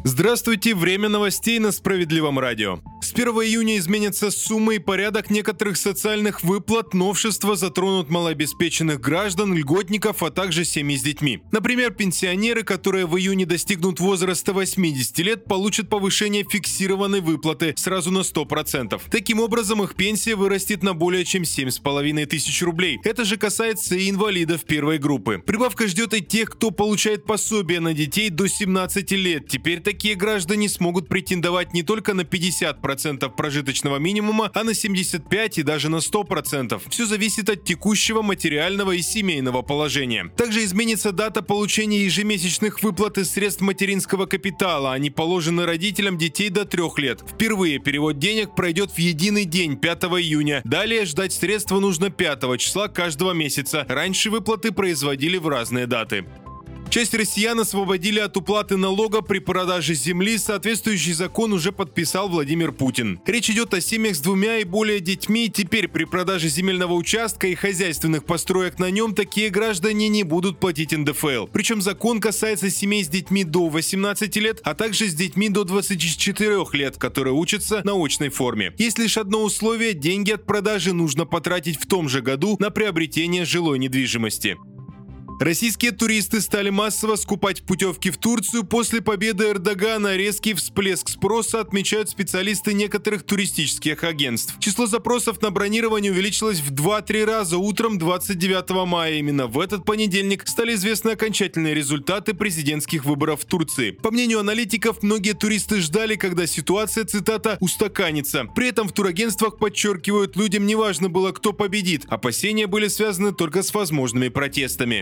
Здравствуйте, время новостей на Справедливом радио. С 1 июня изменятся суммы и порядок некоторых социальных выплат. Новшества затронут малообеспеченных граждан, льготников, а также семьи с детьми. Например, пенсионеры, которые в июне достигнут возраста 80 лет, получат повышение фиксированной выплаты сразу на 100%. Таким образом, их пенсия вырастет на более чем 7,5 тысяч рублей. Это же касается и инвалидов первой группы. Прибавка ждет и тех, кто получает пособие на детей до 17 лет. Теперь такие граждане смогут претендовать не только на 50% прожиточного минимума, а на 75% и даже на 100%. Все зависит от текущего материального и семейного положения. Также изменится дата получения ежемесячных выплат из средств материнского капитала. Они положены родителям детей до 3 лет. Впервые перевод денег пройдет в единый день 5 июня. Далее ждать средства нужно 5 числа каждого месяца. Раньше выплаты производили в разные даты. Часть россиян освободили от уплаты налога при продаже земли. Соответствующий закон уже подписал Владимир Путин. Речь идет о семьях с 2 и более детьми. Теперь при продаже земельного участка и хозяйственных построек на нем такие граждане не будут платить НДФЛ. Причем закон касается семей с детьми до 18 лет, а также с детьми до 24 лет, которые учатся на очной форме. Есть лишь одно условие: деньги от продажи нужно потратить в том же году на приобретение жилой недвижимости. Российские туристы стали массово скупать путевки в Турцию после победы Эрдогана. Резкий всплеск спроса отмечают специалисты некоторых туристических агентств. Число запросов на бронирование увеличилось в 2-3 раза. Утром 29 мая, именно в этот понедельник, стали известны окончательные результаты президентских выборов в Турции. По мнению аналитиков, многие туристы ждали, когда ситуация, цитата, «устаканится». При этом в турагентствах подчеркивают, людям не важно было, кто победит. Опасения были связаны только с возможными протестами.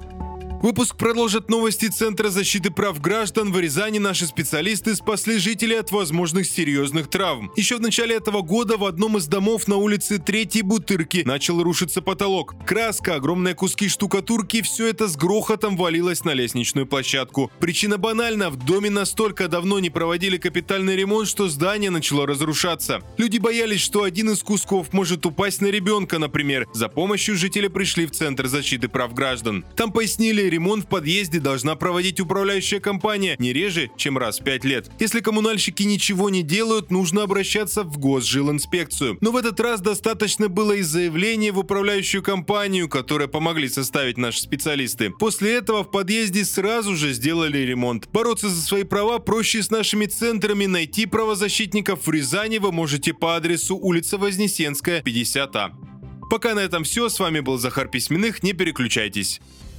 Выпуск продолжат новости Центра защиты прав граждан. В Рязани наши специалисты спасли жителей от возможных серьезных травм. Еще в начале этого года в одном из домов на улице 3-й Бутырки начал рушиться потолок. Краска, огромные куски штукатурки – все это с грохотом валилось на лестничную площадку. Причина банальна – в доме настолько давно не проводили капитальный ремонт, что здание начало разрушаться. Люди боялись, что один из кусков может упасть на ребенка, например. За помощью жители пришли в Центр защиты прав граждан. Там пояснили, ремонт в подъезде должна проводить управляющая компания не реже, чем раз в 5 лет. Если коммунальщики ничего не делают, нужно обращаться в Госжилинспекцию. Но в этот раз достаточно было и заявления в управляющую компанию, которые помогли составить наши специалисты. После этого в подъезде сразу же сделали ремонт. Бороться за свои права проще с нашими центрами. Найти правозащитников в Рязани вы можете по адресу улица Вознесенская, 50А. Пока на этом все. С вами был Захар Письменных. Не переключайтесь.